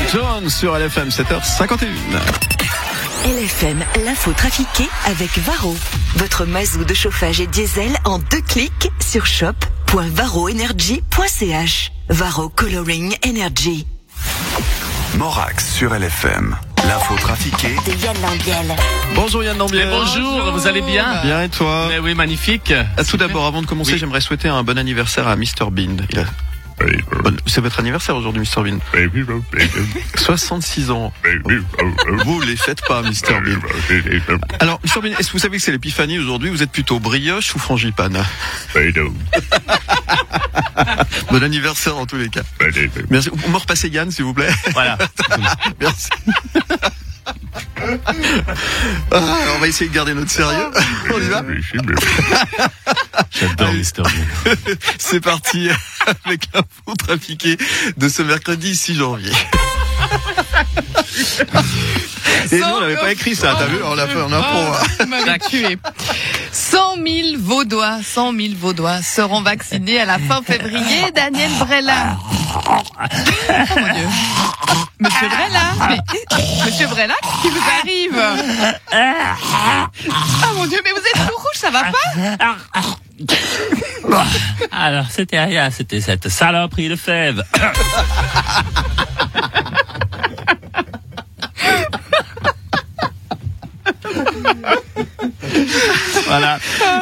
Jones sur LFM 7h51. LFM, l'info trafiquée avec Varro. Votre mazou de chauffage et diesel en 2 clics sur shop.varroenergy.ch. Varro Coloring Energy. Morax sur LFM. L'info trafiquée de Yann Lambiel. Bonjour Yann Lambiel. Bonjour, vous allez bien? Bien et toi? Oui, magnifique. Tout d'abord, avant de commencer, j'aimerais souhaiter un bon anniversaire à Mr Bean. C'est votre anniversaire aujourd'hui, Mr Bean. 66 ans. Vous les faites pas, Mr Bean. Alors, Mr Bean, est-ce que vous savez que c'est l'épiphanie aujourd'hui? Vous êtes plutôt brioche ou frangipane? Bon anniversaire dans tous les cas. Merci. Vous me repassez Yann, s'il vous plaît. Voilà. Merci. On va essayer de garder notre sérieux. On y va? J'adore Mr Bean. C'est parti avec l'info trafiquée de ce mercredi 6 janvier. Et nous, on n'avait pas écrit ça, t'as vu? On l'a fait en impro. Vous m'avez tué. 100 000 Vaudois seront vaccinés à la fin février. Daniel Brella. Oh mon Dieu. Monsieur Brella. Monsieur Brella, qu'est-ce qui vous arrive? Oh mon Dieu, mais vous êtes tout rouge, ça va pas? Alors, c'était rien, c'était cette saloperie de fève. Voilà.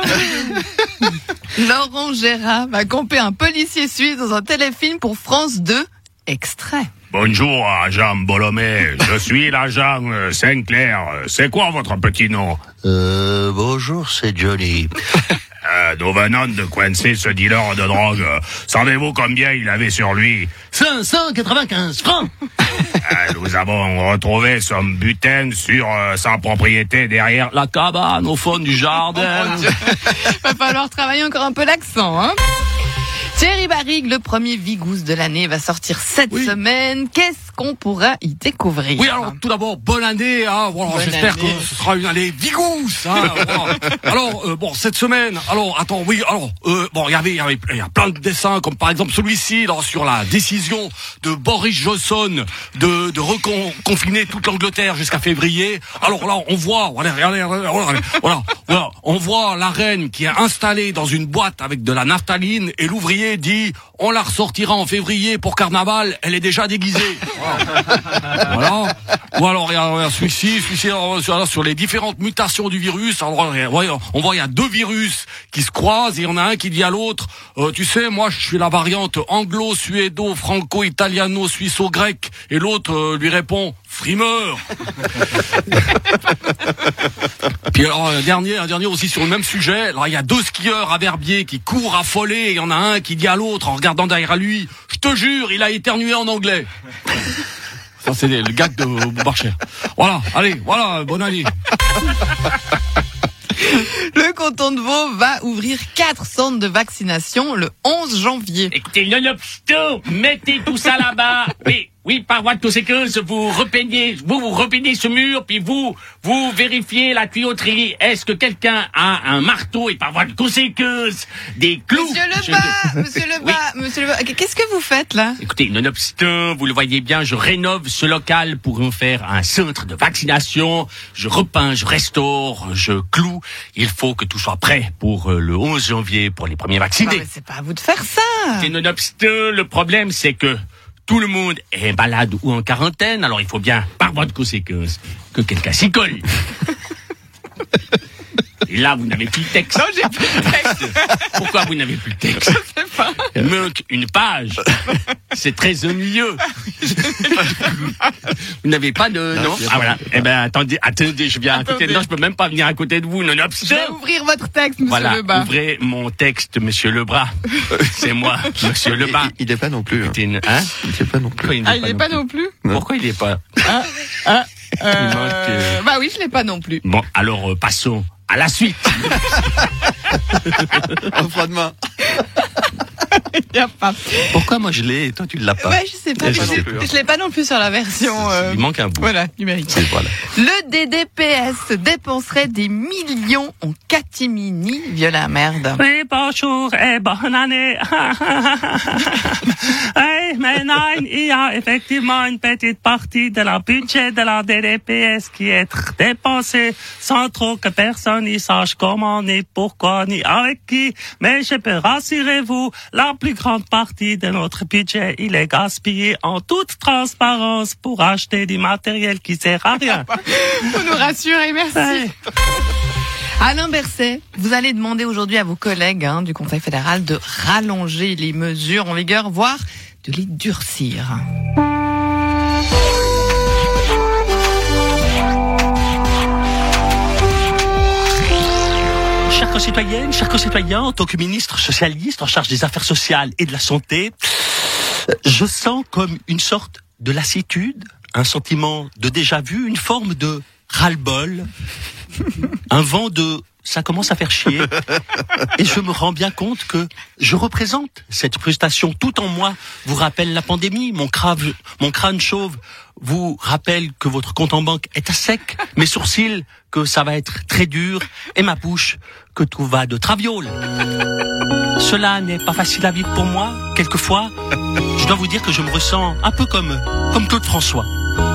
Laurent Gérard va camper un policier suisse dans un téléfilm pour France 2. Extrait. Bonjour, agent Bolomé. Je suis l'agent Sinclair. C'est quoi votre petit nom? Bonjour, c'est Johnny. Nous venons de coincer ce dealer de drogue. Savez-vous combien il avait sur lui? 595 francs. Nous avons retrouvé son butin sur sa propriété derrière La cabane au fond du jardin. Va falloir travailler encore un peu l'accent, hein. Thierry Barrigue, le premier Vigousse de l'année, va sortir cette semaine. Qu'est-ce qu'on pourra y découvrir? Oui, alors tout d'abord, bonne année. Hein, voilà, bonne j'espère année. que ce sera une année Vigousse. Hein, voilà. Alors, bon, cette semaine, alors, attends, oui, alors, bon, il y a plein de dessins, comme par exemple celui-ci, là, sur la décision de Boris Johnson de reconfiner toute l'Angleterre jusqu'à février. Alors là, on voit, regardez, on voit la reine qui est installée dans une boîte avec de la naphtaline et l'ouvrier dit on la ressortira en février pour carnaval, elle est déjà déguisée. Voilà. Ou alors il y a celui-ci sur les différentes mutations du virus. Alors, on voit il y a 2 virus qui se croisent et il y en a un qui dit à l'autre tu sais, moi je suis la variante anglo-suédo-franco-italiano-suisseau-grec, et l'autre lui répond frimeur. Puis alors un dernier aussi sur le même sujet. Alors il y a 2 skieurs à Verbier qui courent affolés et il y en a un qui dit à l'autre en regardant derrière lui je te jure, il a éternué en anglais. Ça c'est le gag de Boubarcher. Voilà, allez, voilà, bonne année. Le canton de Vaud va ouvrir 4 centres de vaccination le 11 janvier. Écoutez, nonobstant, mettez tout ça là-bas. Oui, par voie de conséquence, vous repeignez ce mur, puis vous vérifiez la tuyauterie. Est-ce que quelqu'un a un marteau et par voie de conséquence des clous? Monsieur Lebas, qu'est-ce que vous faites là? Écoutez, nonobstant, vous le voyez bien, je rénove ce local pour en faire un centre de vaccination. Je repeins, je restaure, je cloue. Il faut que tout soit prêt pour le 11 janvier pour les premiers vaccinés. Mais c'est pas à vous de faire ça. Et nonobstant, le problème c'est que tout le monde est malade ou en quarantaine, alors il faut bien, par voie de conséquence, que quelqu'un s'y colle. Et là, vous n'avez plus le texte. Non, j'ai plus le texte. Pourquoi vous n'avez plus le texte? Je sais pas. Il manque une page. C'est très ennuyeux. Vous n'avez pas de... Non? Ah voilà. Eh ben, attendez, je viens à côté de... Non, je peux même pas venir à côté de vous. Non, je vais ouvrir votre texte, monsieur Lebas. Ouvrez mon texte, monsieur Lebras. C'est moi, monsieur Lebas. Il n'est pas non plus. Hein? Il n'est pas non plus. Il n'est pas non plus? Pourquoi il n'est pas? Bah oui, je l'ai pas non plus. Bon, alors passons à la suite. Un froid de main. il n'y a pas. Pourquoi moi je l'ai et toi tu ne l'as pas? Ouais, je sais pas. Je sais Je l'ai pas non plus sur la version. Il manque un bout. Voilà, numérique. Voilà. Le DDPS dépenserait des millions en catimini. Viola, merde. Oui, bonjour et bonne année. Oui, mais non, il y a effectivement une petite partie de la budget de la DDPS qui est dépensée sans trop que personne n'y sache comment, ni pourquoi, ni avec qui. Mais je peux rassurer-vous, la plus grande partie de notre budget, il est gaspillé en toute transparence pour acheter du matériel qui sert à rien. Vous nous rassurez, merci. Ouais. Alain Berset, vous allez demander aujourd'hui à vos collègues du Conseil fédéral de rallonger les mesures en vigueur, voire de les durcir. Chers concitoyennes, chers concitoyens, en tant que ministre socialiste en charge des affaires sociales et de la santé, je sens comme une sorte de lassitude, un sentiment de déjà-vu, une forme de ras-le-bol, un vent de « ça commence à faire chier ». Et je me rends bien compte que je représente cette frustration. Tout en moi vous rappelle la pandémie, mon crâne chauve vous rappelle que votre compte en banque est à sec, mes sourcils que ça va être très dur, et ma bouche que tout va de traviole. Cela n'est pas facile à vivre pour moi. Quelquefois, je dois vous dire que je me ressens un peu comme Claude François.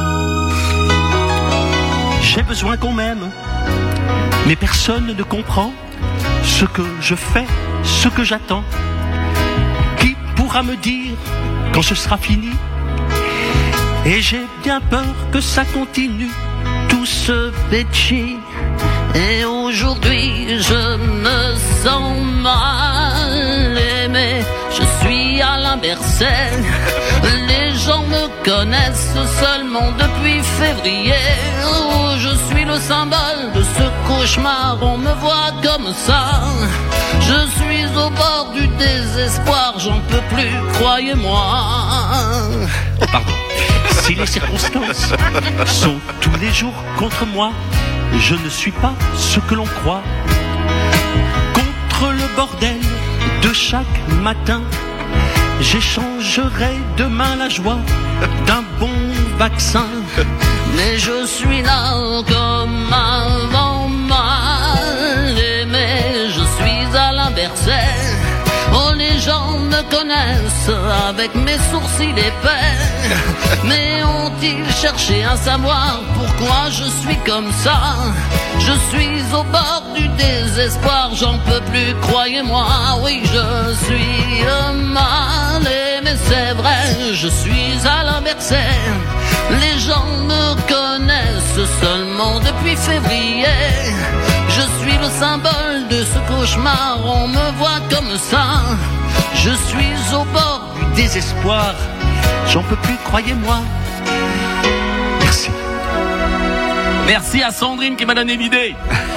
J'ai besoin qu'on m'aime, mais personne ne comprend ce que je fais, ce que j'attends. Qui pourra me dire quand ce sera fini? Et j'ai bien peur que ça continue, tout ce bêtis. Et aujourd'hui je me sens mal aimé. Je suis Alain Berset. Les gens me connaissent seulement depuis février. Oh, je suis le symbole de ce cauchemar. On me voit comme ça. Je suis au bord du désespoir. J'en peux plus, croyez-moi. Oh, pardon. Si les circonstances sont tous les jours contre moi, je ne suis pas ce que l'on croit. Contre le bordel de chaque matin, j'échangerai demain la joie d'un bon vaccin. Mais je suis là comme avant mal aimé. Je suis Alain Berset. Oh, les gens me connaissent avec mes sourcils épais. Mais ont-ils cherché à savoir pourquoi je suis comme ça? Je suis au bord du désespoir, j'en peux plus, croyez-moi. Oui, je suis mal aimé, c'est vrai, je suis Alain Berset. Les gens me connaissent seulement depuis février. Je suis le symbole de ce cauchemar, on me voit comme ça. Je suis au bord du désespoir, j'en peux plus, croyez-moi. Merci. Merci à Sandrine qui m'a donné l'idée.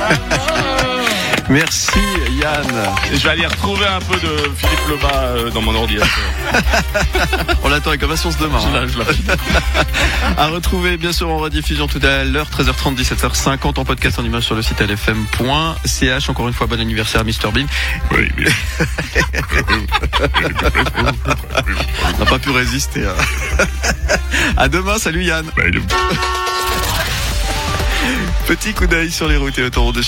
Merci Yann. Et je vais aller retrouver un peu de Philippe Lebas dans mon ordinateur. On l'attend avec impatience demain. À retrouver bien sûr en rediffusion tout à l'heure, 13h30, 17h50, en podcast en image sur le site lfm.ch. Encore une fois, bon anniversaire à Mr Bean. Oui, mais... On n'a pas pu résister. À demain, salut Yann. Petit coup d'œil sur les routes et autoroutes de